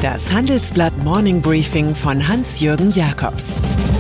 Das Handelsblatt Morning Briefing von Hans-Jürgen Jakobs.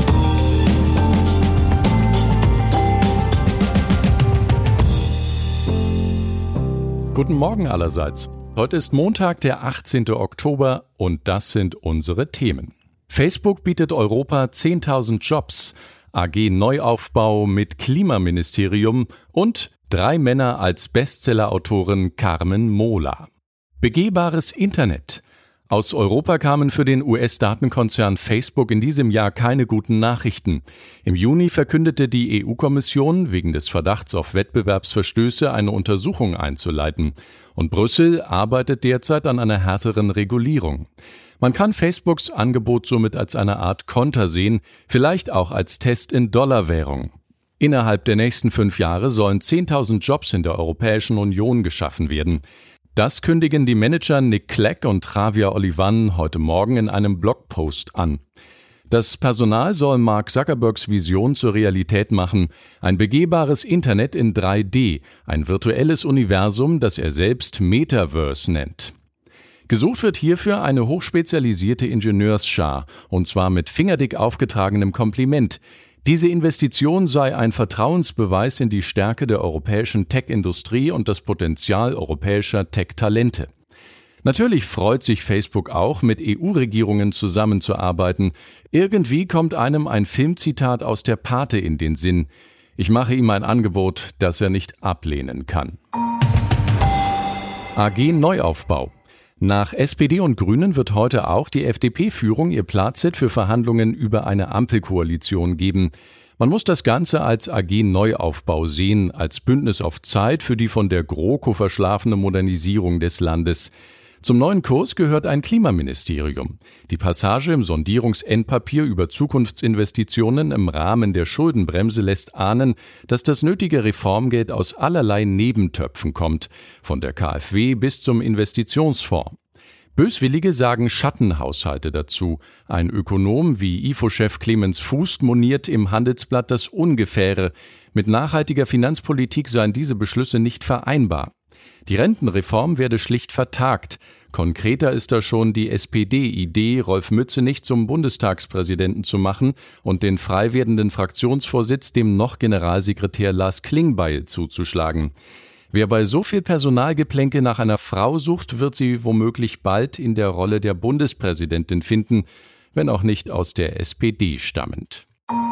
Guten Morgen allerseits. Heute ist Montag, der 18. Oktober und das sind unsere Themen. Facebook bietet Europa 10.000 Jobs, AG Neuaufbau mit Klimaministerium und 3 Männer als Bestsellerautorin Carmen Mola. Begehbares Internet. Aus Europa kamen für den US-Datenkonzern Facebook in diesem Jahr keine guten Nachrichten. Im Juni verkündete die EU-Kommission, wegen des Verdachts auf Wettbewerbsverstöße eine Untersuchung einzuleiten. Und Brüssel arbeitet derzeit an einer härteren Regulierung. Man kann Facebooks Angebot somit als eine Art Konter sehen, vielleicht auch als Test in Dollarwährung. Innerhalb der nächsten 5 Jahre sollen 10.000 Jobs in der Europäischen Union geschaffen werden. Das kündigen die Manager Nick Clegg und Javier Olivan heute Morgen in einem Blogpost an. Das Personal soll Mark Zuckerbergs Vision zur Realität machen, ein begehbares Internet in 3D, ein virtuelles Universum, das er selbst Metaverse nennt. Gesucht wird hierfür eine hochspezialisierte Ingenieursschar, und zwar mit fingerdick aufgetragenem Kompliment. Diese Investition sei ein Vertrauensbeweis in die Stärke der europäischen Tech-Industrie und das Potenzial europäischer Tech-Talente. Natürlich freut sich Facebook auch, mit EU-Regierungen zusammenzuarbeiten. Irgendwie kommt einem ein Filmzitat aus der Pate in den Sinn. Ich mache ihm ein Angebot, das er nicht ablehnen kann. AG Neuaufbau. Nach SPD und Grünen wird heute auch die FDP-Führung ihr Plazit für Verhandlungen über eine Ampelkoalition geben. Man muss das Ganze als AG Neuaufbau sehen, als Bündnis auf Zeit für die von der GroKo verschlafene Modernisierung des Landes. Zum neuen Kurs gehört ein Klimaministerium. Die Passage im Sondierungsendpapier über Zukunftsinvestitionen im Rahmen der Schuldenbremse lässt ahnen, dass das nötige Reformgeld aus allerlei Nebentöpfen kommt, von der KfW bis zum Investitionsfonds. Böswillige sagen Schattenhaushalte dazu. Ein Ökonom wie IFO-Chef Clemens Fußt moniert im Handelsblatt das Ungefähre. Mit nachhaltiger Finanzpolitik seien diese Beschlüsse nicht vereinbar. Die Rentenreform werde schlicht vertagt. Konkreter ist da schon die SPD-Idee, Rolf Mützenich zum Bundestagspräsidenten zu machen und den frei werdenden Fraktionsvorsitz dem noch Generalsekretär Lars Klingbeil zuzuschlagen. Wer bei so viel Personalgeplänke nach einer Frau sucht, wird sie womöglich bald in der Rolle der Bundespräsidentin finden, wenn auch nicht aus der SPD stammend.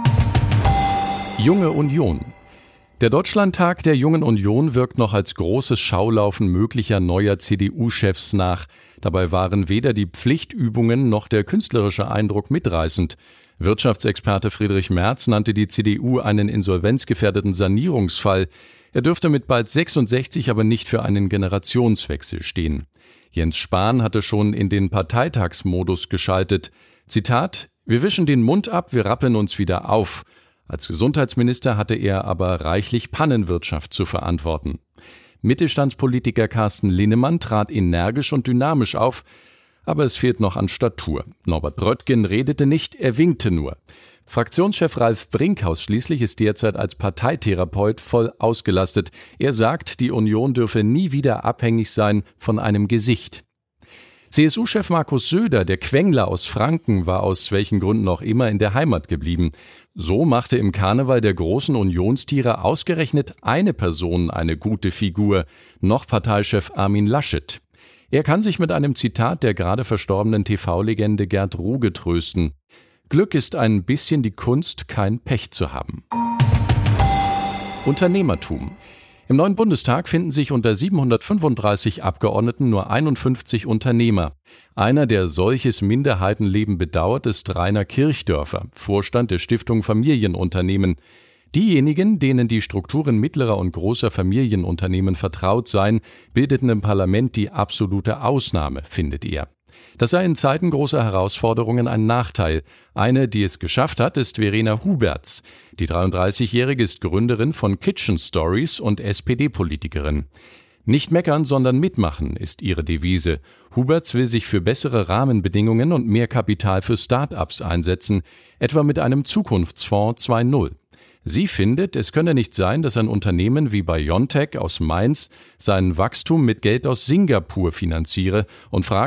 Junge Union. Der Deutschlandtag der Jungen Union wirkt noch als großes Schaulaufen möglicher neuer CDU-Chefs nach. Dabei waren weder die Pflichtübungen noch der künstlerische Eindruck mitreißend. Wirtschaftsexperte Friedrich Merz nannte die CDU einen insolvenzgefährdeten Sanierungsfall. Er dürfte mit bald 66 aber nicht für einen Generationswechsel stehen. Jens Spahn hatte schon in den Parteitagsmodus geschaltet. Zitat: Wir wischen den Mund ab, wir rappeln uns wieder auf. Als Gesundheitsminister hatte er aber reichlich Pannenwirtschaft zu verantworten. Mittelstandspolitiker Carsten Linnemann trat energisch und dynamisch auf, aber es fehlt noch an Statur. Norbert Röttgen redete nicht, er winkte nur. Fraktionschef Ralf Brinkhaus schließlich ist derzeit als Parteitherapeut voll ausgelastet. Er sagt, die Union dürfe nie wieder abhängig sein von einem Gesicht. CSU-Chef Markus Söder, der Quengler aus Franken, war aus welchen Gründen auch immer in der Heimat geblieben. So machte im Karneval der großen Unionstiere ausgerechnet eine Person eine gute Figur, noch Parteichef Armin Laschet. Er kann sich mit einem Zitat der gerade verstorbenen TV-Legende Gerd Ruge trösten. Glück ist ein bisschen die Kunst, kein Pech zu haben. Unternehmertum. Im neuen Bundestag finden sich unter 735 Abgeordneten nur 51 Unternehmer. Einer, der solches Minderheitenleben bedauert, ist Rainer Kirchdörfer, Vorstand der Stiftung Familienunternehmen. Diejenigen, denen die Strukturen mittlerer und großer Familienunternehmen vertraut seien, bildeten im Parlament die absolute Ausnahme, findet er. Das sei in Zeiten großer Herausforderungen ein Nachteil. Eine, die es geschafft hat, ist Verena Huberts. Die 33-Jährige ist Gründerin von Kitchen Stories und SPD-Politikerin. Nicht meckern, sondern mitmachen ist ihre Devise. Huberts will sich für bessere Rahmenbedingungen und mehr Kapital für Start-ups einsetzen, etwa mit einem Zukunftsfonds 2.0. Sie findet, es könne nicht sein, dass ein Unternehmen wie BioNTech aus Mainz sein Wachstum mit Geld aus Singapur finanziere und fragt,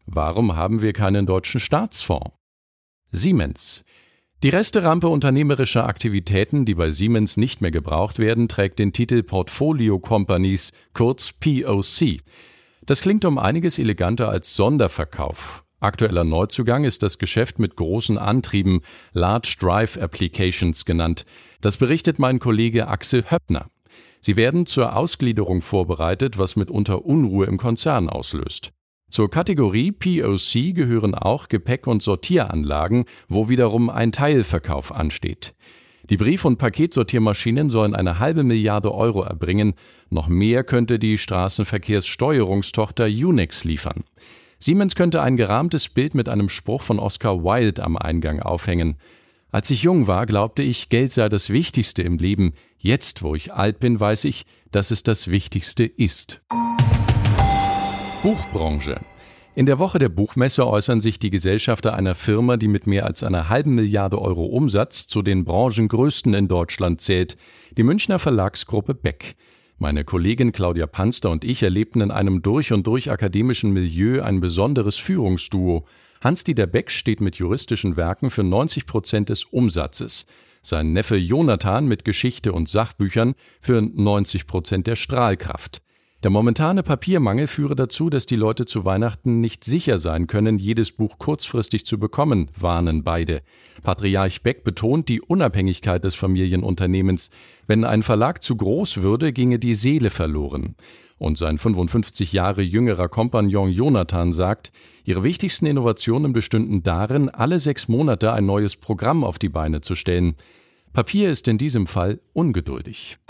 Warum haben wir keinen deutschen Staatsfonds? Siemens. Die Resterampe unternehmerischer Aktivitäten, die bei Siemens nicht mehr gebraucht werden, trägt den Titel Portfolio Companies, kurz POC. Das klingt um einiges eleganter als Sonderverkauf. Aktueller Neuzugang ist das Geschäft mit großen Antrieben, Large Drive Applications genannt. Das berichtet mein Kollege Axel Höppner. Sie werden zur Ausgliederung vorbereitet, was mitunter Unruhe im Konzern auslöst. Zur Kategorie POC gehören auch Gepäck- und Sortieranlagen, wo wiederum ein Teilverkauf ansteht. Die Brief- und Paketsortiermaschinen sollen 1,5 Milliarde Euro erbringen. Noch mehr könnte die Straßenverkehrssteuerungstochter Unix liefern. Siemens könnte ein gerahmtes Bild mit einem Spruch von Oscar Wilde am Eingang aufhängen. Als ich jung war, glaubte ich, Geld sei das Wichtigste im Leben. Jetzt, wo ich alt bin, weiß ich, dass es das Wichtigste ist. Buchbranche. In der Woche der Buchmesse äußern sich die Gesellschafter einer Firma, die mit mehr als 1,5 Milliarde Euro Umsatz zu den branchengrößten in Deutschland zählt, die Münchner Verlagsgruppe Beck. Meine Kollegin Claudia Panster und ich erlebten in einem durch und durch akademischen Milieu ein besonderes Führungsduo. Hans-Dieter Beck steht mit juristischen Werken für 90% des Umsatzes. Sein Neffe Jonathan mit Geschichte und Sachbüchern für 90% der Strahlkraft. Der momentane Papiermangel führe dazu, dass die Leute zu Weihnachten nicht sicher sein können, jedes Buch kurzfristig zu bekommen, warnen beide. Patriarch Beck betont die Unabhängigkeit des Familienunternehmens. Wenn ein Verlag zu groß würde, ginge die Seele verloren. Und sein 55 Jahre jüngerer Kompagnon Jonathan sagt, ihre wichtigsten Innovationen bestünden darin, alle 6 Monate ein neues Programm auf die Beine zu stellen. Papier ist in diesem Fall ungeduldig.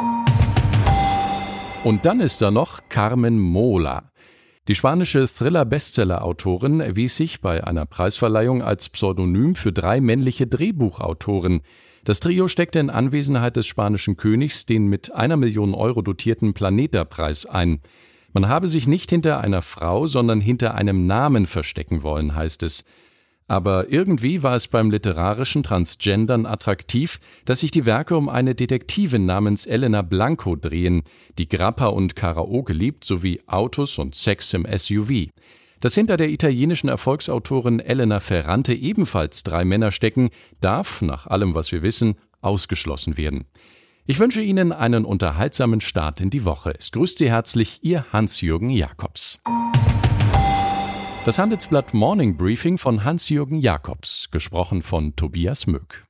Und dann ist da noch Carmen Mola. Die spanische Thriller-Bestseller-Autorin erwies sich bei einer Preisverleihung als Pseudonym für 3 männliche Drehbuchautoren. Das Trio steckte in Anwesenheit des spanischen Königs den mit 1 Million Euro dotierten Planeta-Preis ein. Man habe sich nicht hinter einer Frau, sondern hinter einem Namen verstecken wollen, heißt es. Aber irgendwie war es beim literarischen Transgendern attraktiv, dass sich die Werke um eine Detektivin namens Elena Blanco drehen, die Grappa und Karaoke liebt, sowie Autos und Sex im SUV. Dass hinter der italienischen Erfolgsautorin Elena Ferrante ebenfalls 3 Männer stecken, darf, nach allem, was wir wissen, ausgeschlossen werden. Ich wünsche Ihnen einen unterhaltsamen Start in die Woche. Es grüßt Sie herzlich, Ihr Hans-Jürgen Jakobs. Das Handelsblatt Morning Briefing von Hans-Jürgen Jakobs, gesprochen von Tobias Möck.